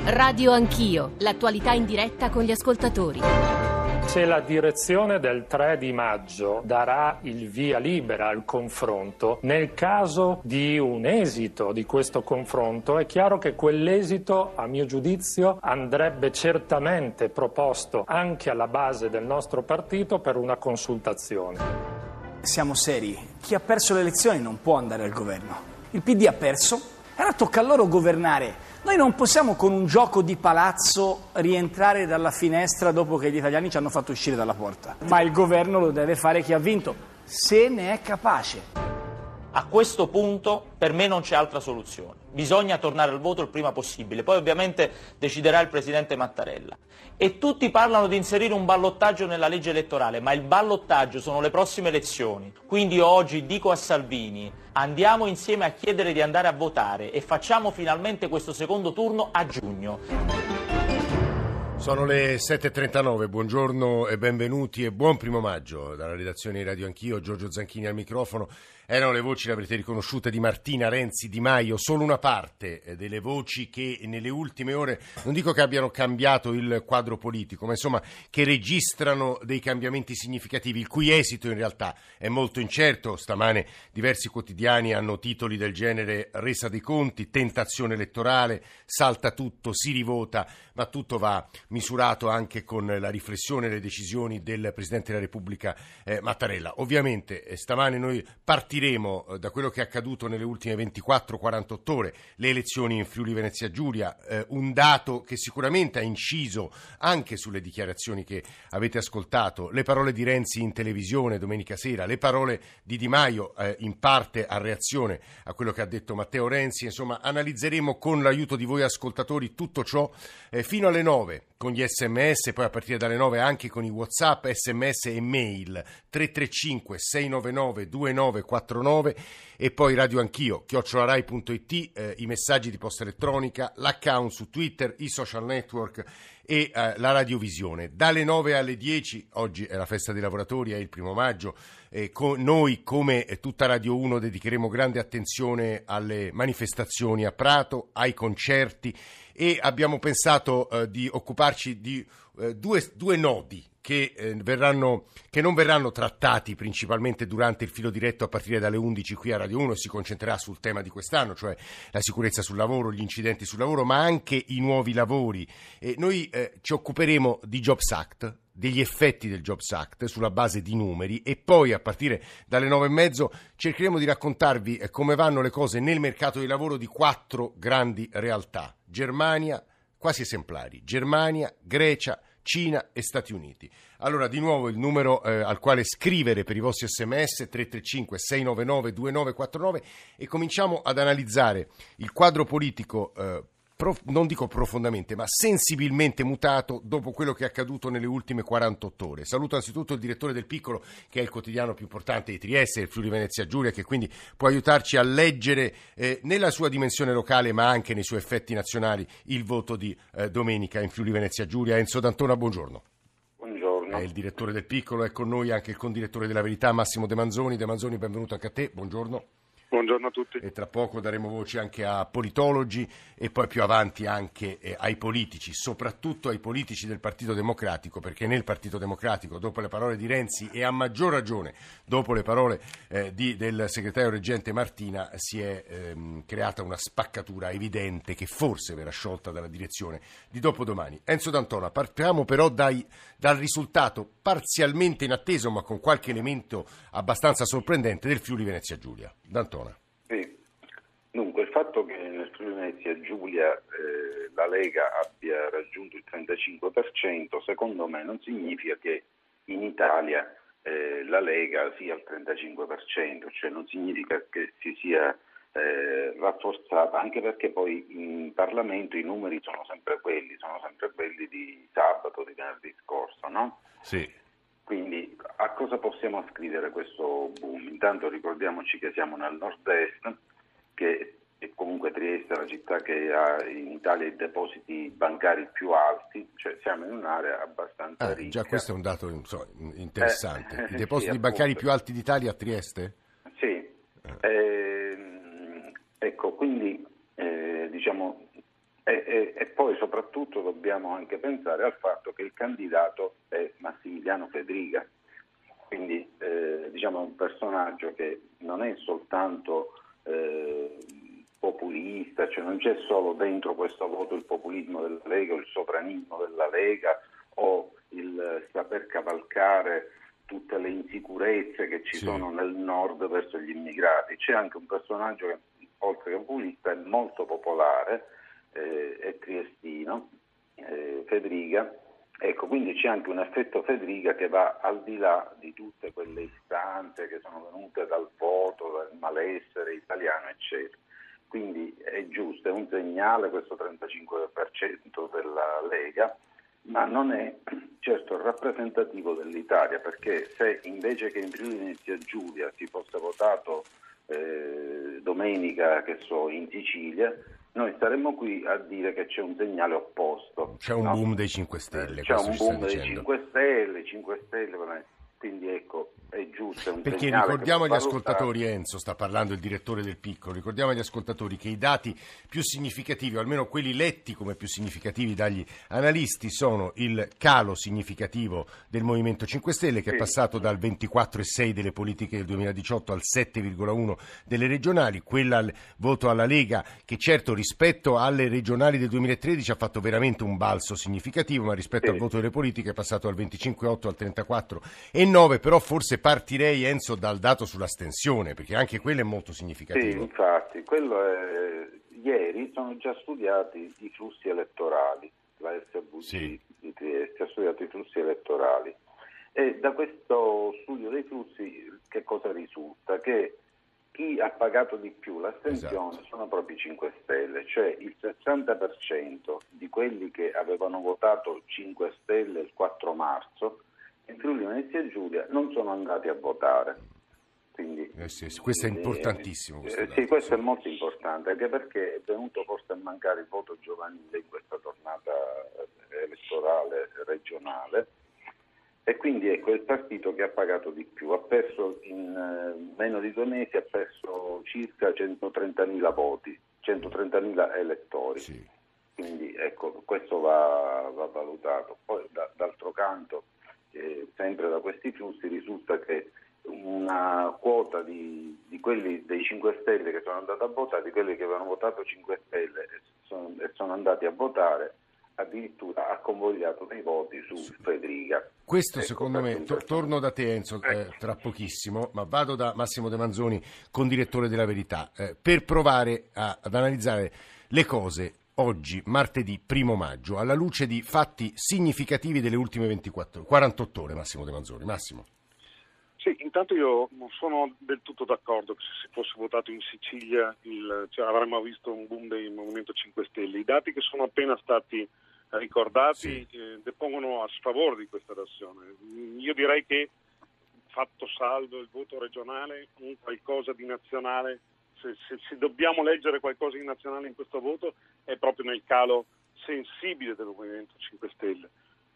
Radio Anch'io, l'attualità in diretta con gli ascoltatori. Se la direzione del 3 di maggio darà il via libera al confronto, nel caso di un esito di questo confronto, è chiaro che quell'esito, a mio giudizio, andrebbe certamente proposto anche alla base del nostro partito per una consultazione. Siamo seri. Chi ha perso le elezioni non può andare al governo. Il PD ha perso, e ora tocca a loro governare. Noi non possiamo con un gioco di palazzo rientrare dalla finestra dopo che gli italiani ci hanno fatto uscire dalla porta. Ma il governo lo deve fare chi ha vinto, se ne è capace. A questo punto per me non c'è altra soluzione. Bisogna tornare al voto il prima possibile. Poi ovviamente deciderà il Presidente Mattarella. E tutti parlano di inserire un ballottaggio nella legge elettorale, ma il ballottaggio sono le prossime elezioni. Quindi oggi dico a Salvini: andiamo insieme a chiedere di andare a votare e facciamo finalmente questo secondo turno a giugno. Sono le 7.39, buongiorno e benvenuti e buon primo maggio. Dalla redazione di Radio Anch'io, Giorgio Zanchini al microfono. Erano le voci, le avrete riconosciute, di Martina, Renzi, Di Maio, solo una parte delle voci che nelle ultime ore, non dico che abbiano cambiato il quadro politico, ma insomma che registrano dei cambiamenti significativi, il cui esito in realtà è molto incerto. Stamane diversi quotidiani hanno titoli del genere: resa dei conti, tentazione elettorale, salta tutto, si rivota, ma tutto va misurato anche con la riflessione e le decisioni del Presidente della Repubblica Mattarella. Ovviamente stamane noi partiremo da quello che è accaduto nelle ultime 24-48 ore, le elezioni in Friuli Venezia Giulia, un dato che sicuramente ha inciso anche sulle dichiarazioni che avete ascoltato, le parole di Renzi in televisione domenica sera, le parole di Di Maio in parte a reazione a quello che ha detto Matteo Renzi. Insomma, analizzeremo con l'aiuto di voi ascoltatori tutto ciò fino alle 9 con gli sms, poi a partire dalle 9 anche con i WhatsApp, sms e mail 335 699 2949 e poi Radio Anch'io @rai.it, i messaggi di posta elettronica, l'account su Twitter, i social network e la radiovisione. Dalle 9 alle 10, oggi è la festa dei lavoratori, è il 1 maggio, noi come tutta Radio 1 dedicheremo grande attenzione alle manifestazioni a Prato, ai concerti, e abbiamo pensato di occuparci di due nodi che non verranno trattati principalmente durante il filo diretto a partire dalle 11 qui a Radio 1. Si concentrerà sul tema di quest'anno, cioè la sicurezza sul lavoro, gli incidenti sul lavoro, ma anche i nuovi lavori. Noi ci occuperemo di Jobs Act, degli effetti del Jobs Act sulla base di numeri, e poi a partire dalle 9:30 cercheremo di raccontarvi come vanno le cose nel mercato del lavoro di 4 grandi realtà: Germania, quasi esemplari, Germania, Grecia, Cina e Stati Uniti. Allora, di nuovo il numero al quale scrivere per i vostri sms 335 699 2949, e cominciamo ad analizzare il quadro politico non dico profondamente, ma sensibilmente mutato dopo quello che è accaduto nelle ultime 48 ore. Saluto anzitutto il direttore del Piccolo, che è il quotidiano più importante di Trieste, il Friuli Venezia Giulia, che quindi può aiutarci a leggere nella sua dimensione locale, ma anche nei suoi effetti nazionali, il voto di domenica in Friuli Venezia Giulia. Enzo D'Antona, buongiorno. Buongiorno. È il direttore del Piccolo, è con noi anche il condirettore della Verità, Massimo De Manzoni. De Manzoni, benvenuto anche a te, buongiorno. Buongiorno a tutti. E tra poco daremo voce anche a politologi e poi più avanti anche ai politici, soprattutto ai politici del Partito Democratico, perché nel Partito Democratico, dopo le parole di Renzi e a maggior ragione dopo le parole del segretario reggente Martina, si è creata una spaccatura evidente che forse verrà sciolta dalla direzione di dopodomani. Enzo D'Antona, partiamo però dal risultato parzialmente inatteso, ma con qualche elemento abbastanza sorprendente, del Friuli Venezia Giulia. D'Antona. Sì. Dunque, il fatto che nel Friuli Venezia Giulia la Lega abbia raggiunto il 35%, secondo me non significa che in Italia la Lega sia al 35%, cioè non significa che si sia rafforzata, anche perché poi in Parlamento i numeri sono sempre quelli di sabato, di venerdì scorso, no? Sì. Quindi a cosa possiamo ascrivere questo boom? Intanto ricordiamoci che siamo nel nord-est, che è comunque Trieste è la città che ha in Italia i depositi bancari più alti, cioè siamo in un'area abbastanza ricca. Già questo è un dato interessante. I depositi sì, bancari più alti d'Italia a Trieste? Sì. Ecco, quindi diciamo E poi soprattutto dobbiamo anche pensare al fatto che il candidato è Massimiliano Fedriga, quindi diciamo un personaggio che non è soltanto populista, cioè non c'è solo dentro questo voto il populismo della Lega o il sovranismo della Lega o il saper cavalcare tutte le insicurezze che ci sono nel nord verso gli immigrati. C'è anche un personaggio che oltre che populista è molto popolare, è triestino, Fedriga. Ecco, quindi c'è anche un effetto Fedriga che va al di là di tutte quelle istanze che sono venute dal voto, dal malessere italiano, eccetera. Quindi è giusto, è un segnale questo 35% della Lega, ma non è certo rappresentativo dell'Italia, perché se invece che in Friuli Venezia Giulia si fosse votato domenica, che so, in Sicilia, noi staremmo qui a dire che c'è un segnale opposto. C'è un boom dei 5 Stelle. C'è un boom dei 5 Stelle, 5 Stelle, quindi ecco, è giusto. È un perché segnale, ricordiamo agli ascoltatori, Enzo, sta parlando il direttore del Piccolo, ricordiamo agli ascoltatori che i dati più significativi, o almeno quelli letti come più significativi dagli analisti, sono il calo significativo del Movimento 5 Stelle, che è passato dal 24,6 delle politiche del 2018 al 7,1 delle regionali, quella al voto alla Lega, che certo rispetto alle regionali del 2013 ha fatto veramente un balzo significativo, ma rispetto al voto delle politiche è passato dal 25,8 al 34,9, però forse partirei, Enzo, dal dato sull'astensione, perché anche quello è molto significativo. Sì, infatti, ieri sono già studiati i flussi elettorali, la SVG di Trieste ha studiato i flussi elettorali, e da questo studio dei flussi che cosa risulta? Che chi ha pagato di più l'astensione sono proprio i 5 Stelle, cioè il 60% di quelli che avevano votato 5 Stelle il 4 marzo in Friuli Venezia Giulia non sono andati a votare. Quindi, questo è importantissimo. Questo è molto importante, anche perché è venuto forse a mancare il voto giovanile in questa tornata elettorale regionale, e quindi ecco il partito che ha pagato di più, ha perso in meno di 2 mesi, ha perso circa 130.000 voti, 130.000 elettori. Sì. Quindi ecco, questo va valutato. Poi d'altro canto, sempre da questi flussi risulta che una quota di quelli dei 5 Stelle che sono andati a votare, di quelli che avevano votato 5 Stelle e sono andati a votare, addirittura ha convogliato dei voti su Fedriga. Questo secondo me, torno da te Enzo tra pochissimo, ma vado da Massimo De Manzoni, condirettore della Verità, per provare ad analizzare le cose oggi, martedì 1 maggio, alla luce di fatti significativi delle ultime 48 ore. Massimo De Manzoni. Massimo. Sì, intanto io non sono del tutto d'accordo che se si fosse votato in Sicilia avremmo visto un boom del Movimento 5 Stelle. I dati che sono appena stati ricordati depongono a sfavore di questa versione. Io direi che, fatto salvo il voto regionale, un qualcosa di nazionale, se dobbiamo leggere qualcosa di nazionale in questo voto, è proprio nel calo sensibile del Movimento 5 Stelle.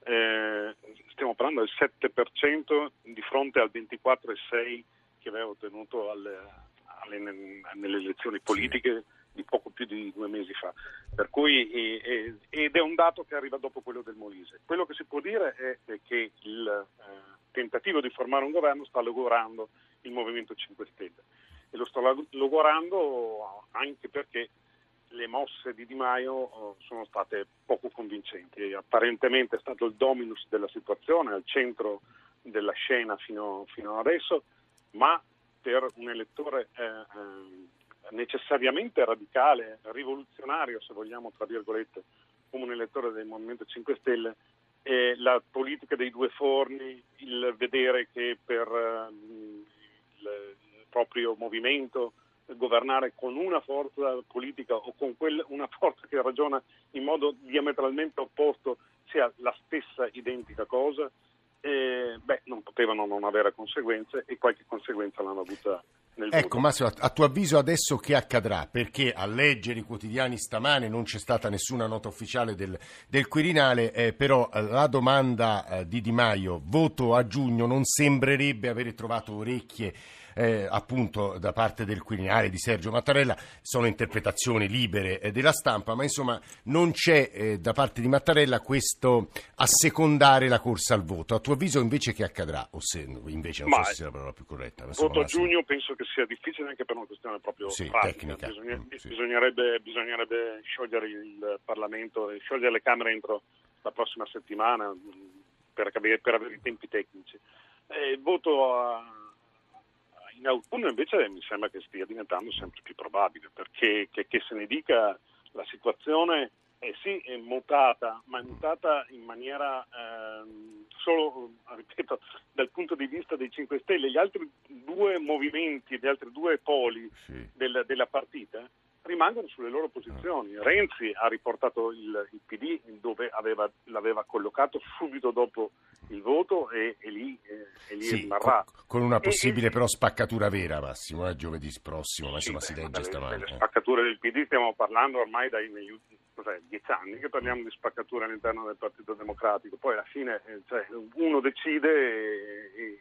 Stiamo parlando del 7% di fronte al 24,6% che aveva ottenuto nelle elezioni politiche di poco più di 2 mesi fa, per cui ed è un dato che arriva dopo quello del Molise. Quello che si può dire è che il tentativo di formare un governo sta logorando il Movimento 5 Stelle, e lo sta logorando anche perché le mosse di Di Maio sono state poco convincenti. Apparentemente è stato il dominus della situazione, al centro della scena fino adesso, ma per un elettore necessariamente radicale, rivoluzionario, se vogliamo, tra virgolette, come un elettore del Movimento 5 Stelle, la politica dei 2 forni, il vedere che per il proprio movimento governare con una forza politica o con una forza che ragiona in modo diametralmente opposto sia la stessa identica cosa, non potevano non avere conseguenze, e qualche conseguenza l'hanno avuta nel voto. Ecco Massimo, a tuo avviso adesso che accadrà? Perché a leggere i quotidiani stamane non c'è stata nessuna nota ufficiale del Quirinale, però la domanda di Di Maio, voto a giugno, non sembrerebbe avere trovato orecchie appunto da parte del Quirinale di Sergio Mattarella, sono interpretazioni libere della stampa, ma insomma non c'è da parte di Mattarella questo assecondare la corsa al voto. A tuo avviso invece che accadrà? O se invece non so se sia la parola più corretta. Il voto a giugno penso che sia difficile anche per una questione proprio pratica. Tecnica. Bisognerebbe sciogliere il Parlamento e sciogliere le Camere entro la prossima settimana per avere i tempi tecnici. Il voto in autunno invece mi sembra che stia diventando sempre più probabile, perché che se ne dica, la situazione sì, è mutata, ma è mutata in maniera solo, ripeto, dal punto di vista dei 5 Stelle. Gli altri due movimenti, gli altri due poli della partita rimangono sulle loro posizioni. Renzi ha riportato il PD dove l'aveva collocato subito dopo il voto e lì rimarrà. Con una possibile però spaccatura vera, Massimo, giovedì prossimo, ma insomma si legge stamani. Le spaccature del PD stiamo parlando ormai negli ultimi 10 anni che parliamo di spaccature all'interno del Partito Democratico, poi alla fine uno decide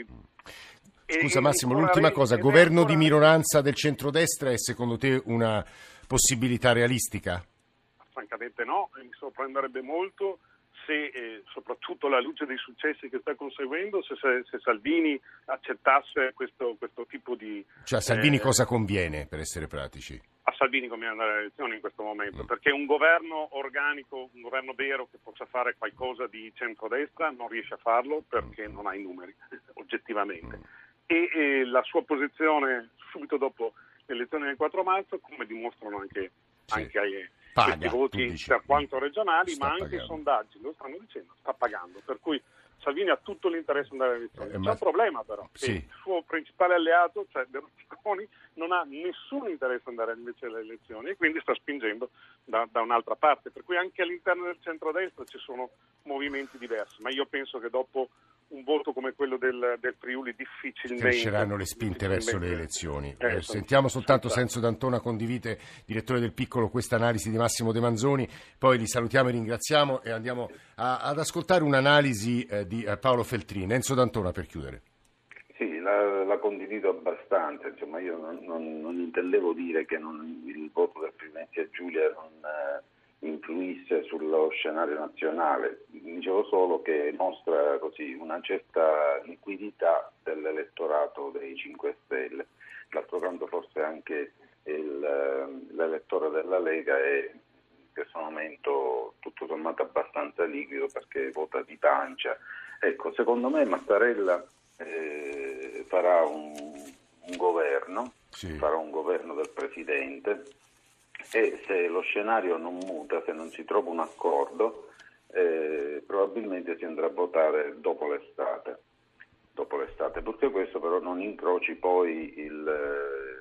Scusa Massimo, l'ultima cosa, governo di minoranza del centrodestra è secondo te una possibilità realistica? Francamente no, mi sorprenderebbe molto se, soprattutto alla luce dei successi che sta conseguendo, se Salvini accettasse questo tipo di... Cioè a Salvini cosa conviene, per essere pratici? A Salvini conviene andare alle elezioni in questo momento, perché un governo organico, un governo vero che possa fare qualcosa di centrodestra non riesce a farlo perché non ha i numeri, oggettivamente. E la sua posizione subito dopo le elezioni del 4 marzo, come dimostrano anche questi voti per quanto regionali, ma anche i sondaggi lo stanno dicendo, sta pagando, per cui Salvini ha tutto l'interesse ad andare alle elezioni. C'è un problema però, che il suo principale alleato, cioè Berlusconi, non ha nessun interesse ad andare invece alle elezioni e quindi sta spingendo da un'altra parte, per cui anche all'interno del centrodestra ci sono movimenti diversi, ma io penso che dopo un voto come quello del Friuli difficilmente cresceranno le spinte verso le elezioni. Sentiamo soltanto Senso D'Antona, condivide, direttore del Piccolo, questa analisi di Massimo De Manzoni, poi li salutiamo e ringraziamo e andiamo ad ascoltare un'analisi di Paolo Feltrini. Enzo D'Antona per chiudere. Sì, la condivido abbastanza, insomma io non intendevo dire che il voto del Friuli Giulia non influisse sullo scenario nazionale, dicevo solo che mostra così una certa liquidità dell'elettorato dei 5 Stelle. D'altro canto forse anche l'elettore della Lega è in questo momento tutto sommato abbastanza liquido perché vota di pancia. Ecco, secondo me Mattarella farà un governo, farà un governo del Presidente, e se lo scenario non muta, se non si trova un accordo, probabilmente si andrà a votare dopo l'estate, purché questo però non incroci poi il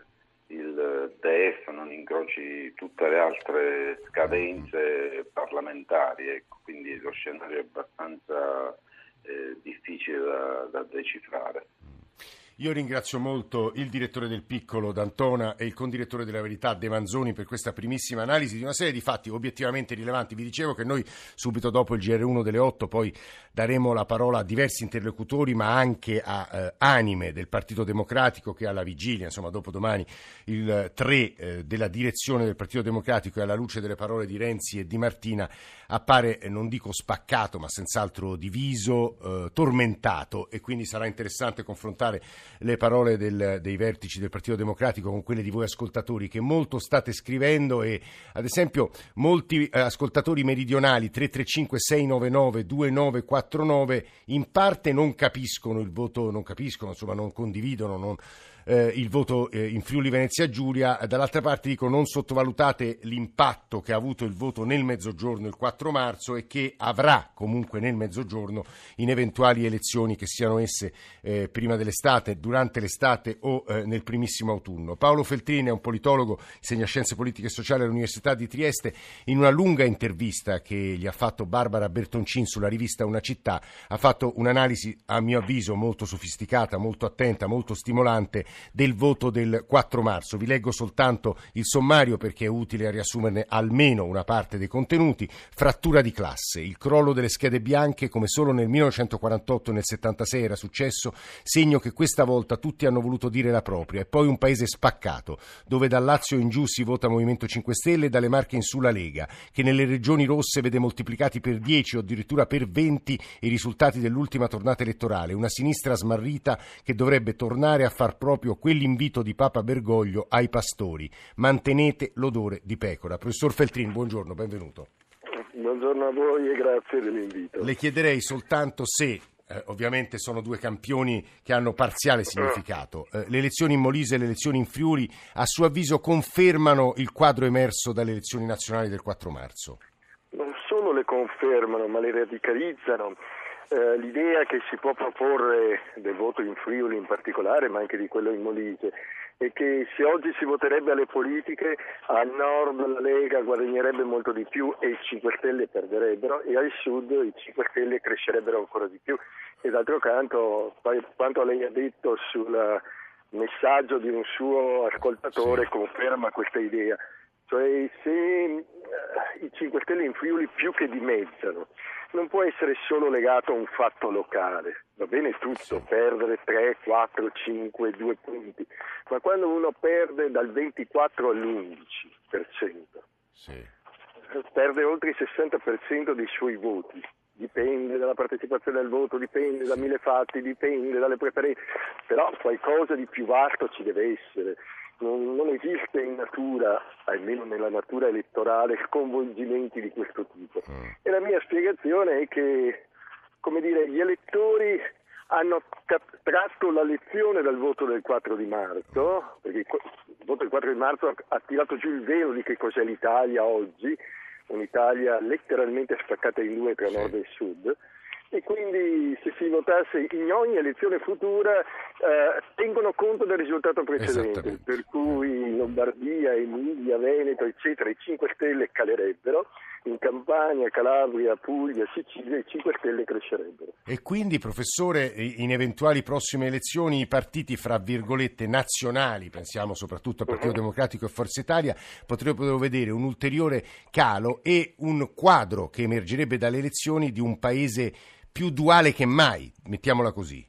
DEF, non incroci tutte le altre scadenze parlamentari, ecco, quindi lo scenario è abbastanza difficile da decifrare. Io ringrazio molto il direttore del Piccolo D'Antona e il condirettore della Verità De Manzoni per questa primissima analisi di una serie di fatti obiettivamente rilevanti. Vi dicevo che noi subito dopo il GR1 delle 8 poi daremo la parola a diversi interlocutori, ma anche a anime del Partito Democratico che alla vigilia, insomma dopodomani, il 3 della direzione del Partito Democratico, e alla luce delle parole di Renzi e di Martina appare, non dico spaccato, ma senz'altro diviso, tormentato, e quindi sarà interessante confrontare le parole dei vertici del Partito Democratico con quelle di voi ascoltatori, che molto state scrivendo, e ad esempio molti ascoltatori meridionali 335 699 2949 in parte non capiscono il voto, non condividono il voto in Friuli Venezia Giulia, dall'altra parte dico non sottovalutate l'impatto che ha avuto il voto nel Mezzogiorno il 4 marzo e che avrà comunque nel Mezzogiorno in eventuali elezioni, che siano esse prima dell'estate, durante l'estate o nel primissimo autunno. Paolo Feltrini è un politologo, insegna scienze politiche e sociali all'Università di Trieste. In una lunga intervista che gli ha fatto Barbara Bertoncin sulla rivista Una Città ha fatto un'analisi a mio avviso molto sofisticata, molto attenta, molto stimolante del voto del 4 marzo. Vi leggo soltanto il sommario perché è utile a riassumerne almeno una parte dei contenuti. Frattura di classe, il crollo delle schede bianche come solo nel 1948 e nel 76 era successo, segno che questa volta tutti hanno voluto dire la propria, e poi un paese spaccato, dove dal Lazio in giù si vota Movimento 5 Stelle e dalle Marche in su la Lega, che nelle regioni rosse vede moltiplicati per 10 o addirittura per 20 i risultati dell'ultima tornata elettorale, una sinistra smarrita che dovrebbe tornare a far proprio quell'invito di Papa Bergoglio ai pastori: mantenete l'odore di pecora. Professor Feltrin, buongiorno, benvenuto. Buongiorno a voi e grazie dell'invito. Le chiederei soltanto se, ovviamente sono due campioni che hanno parziale significato, le elezioni in Molise e le elezioni in Friuli a suo avviso confermano il quadro emerso dalle elezioni nazionali del 4 marzo? Non solo le confermano, ma le radicalizzano. L'idea che si può proporre del voto in Friuli in particolare, ma anche di quello in Molise, è che se oggi si voterebbe alle politiche, al nord la Lega guadagnerebbe molto di più e i 5 Stelle perderebbero, e al sud i 5 Stelle crescerebbero ancora di più. E d'altro canto, quanto lei ha detto sul messaggio di un suo ascoltatore conferma questa idea. Cioè, se i 5 Stelle in Friuli più che dimezzano, non può essere solo legato a un fatto locale, va bene tutto, perdere 3, 4, 5, 2 punti, ma quando uno perde dal 24 all'11%, perde oltre il 60% dei suoi voti, dipende dalla partecipazione al voto, dipende da mille fatti, dipende dalle preferenze, però qualcosa di più vasto ci deve essere. Non esiste in natura, almeno nella natura elettorale, sconvolgimenti di questo tipo. E la mia spiegazione è che, come dire, gli elettori hanno tratto la lezione dal voto del 4 di marzo, perché il voto del 4 di marzo ha tirato giù il velo di che cos'è l'Italia oggi, un'Italia letteralmente spaccata in due tra nord e sud. E quindi se si votasse in ogni elezione futura tengono conto del risultato precedente, per cui Lombardia, Emilia, Veneto, eccetera, i 5 Stelle calerebbero, in Campania, Calabria, Puglia, Sicilia i 5 Stelle crescerebbero. E quindi, professore, in eventuali prossime elezioni i partiti, fra virgolette, nazionali, pensiamo soprattutto al Partito Democratico e Forza Italia, potrebbero vedere un ulteriore calo e un quadro che emergerebbe dalle elezioni di un paese più duale che mai, mettiamola così.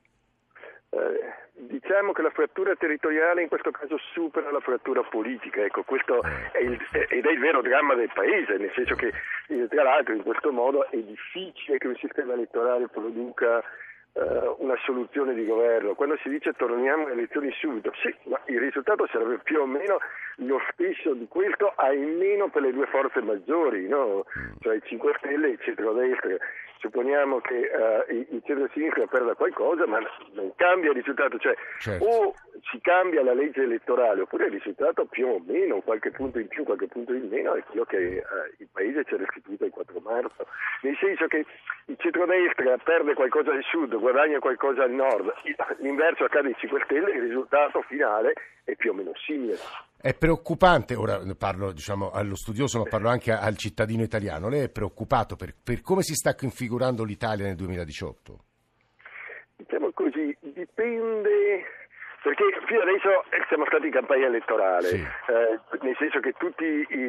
Diciamo che la frattura territoriale in questo caso supera la frattura politica, ecco, questo è il vero dramma del paese, nel senso che tra l'altro in questo modo è difficile che un sistema elettorale produca una soluzione di governo. Quando si dice torniamo alle elezioni subito, sì, ma il risultato sarebbe più o meno lo stesso di questo, almeno per le due forze maggiori, no? Cioè i 5 Stelle e il centrodestra. Supponiamo che il centro-sinistra perda qualcosa, ma non cambia il risultato, cioè o si cambia la legge elettorale oppure il risultato più o meno, qualche punto in più, qualche punto in meno, è quello che il paese ci ha restituito il 4 marzo, nel senso che il centrodestra perde qualcosa al sud, guadagna qualcosa al nord, l'inverso accade ai 5 Stelle, il risultato finale è più o meno simile. È preoccupante, ora parlo allo studioso ma parlo anche al cittadino italiano, lei è preoccupato per come si sta configurando l'Italia nel 2018? Diciamo così, dipende, perché fino adesso siamo stati in campagna elettorale, nel senso che tutti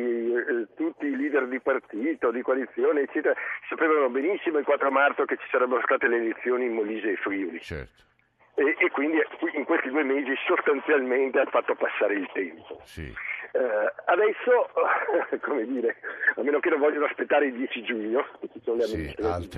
i leader di partito, di coalizione eccetera sapevano benissimo il 4 marzo che ci sarebbero state le elezioni in Molise e Friuli. Certo. E quindi in questi 2 mesi sostanzialmente ha fatto passare il tempo. Adesso, come dire, a meno che non vogliono aspettare il 10 giugno, ci sono le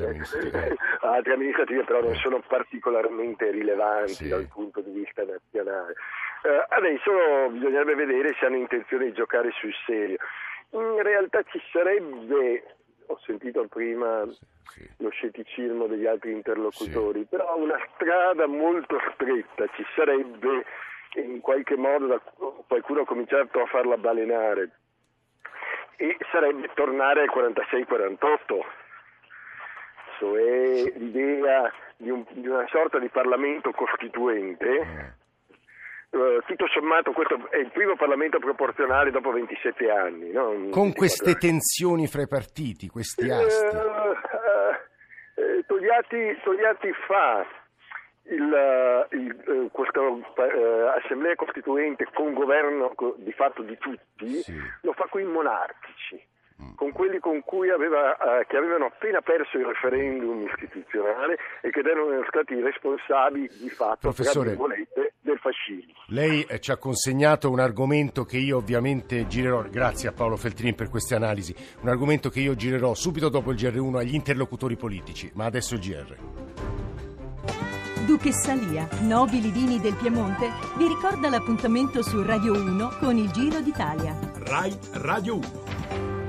altre amministrative però non sono particolarmente rilevanti dal punto di vista nazionale. Adesso bisognerebbe vedere se hanno intenzione di giocare sul serio. In realtà ci sarebbe, ho sentito prima lo scetticismo degli altri interlocutori, però una strada molto stretta ci sarebbe, in qualche modo qualcuno ha cominciato a farla balenare, e sarebbe tornare al 46-48, cioè l'idea di una sorta di Parlamento costituente. Tutto sommato questo è il primo Parlamento proporzionale dopo 27 anni. No? Con queste tensioni fra i partiti, questi asti. Togliatti fa, questa assemblea costituente con governo di fatto di tutti, lo fa con i monarchici, con quelli con cui che avevano appena perso il referendum istituzionale e che erano stati i responsabili di fatto, professore, del fascismo. Lei ci ha consegnato un argomento che io ovviamente girerò, grazie a Paolo Feltrin per queste analisi, un argomento che io girerò subito dopo il GR1 agli interlocutori politici, ma adesso il GR. Duchessa Lia, nobili vini del Piemonte, vi ricorda l'appuntamento su Radio 1 con il Giro d'Italia. Rai Radio 1.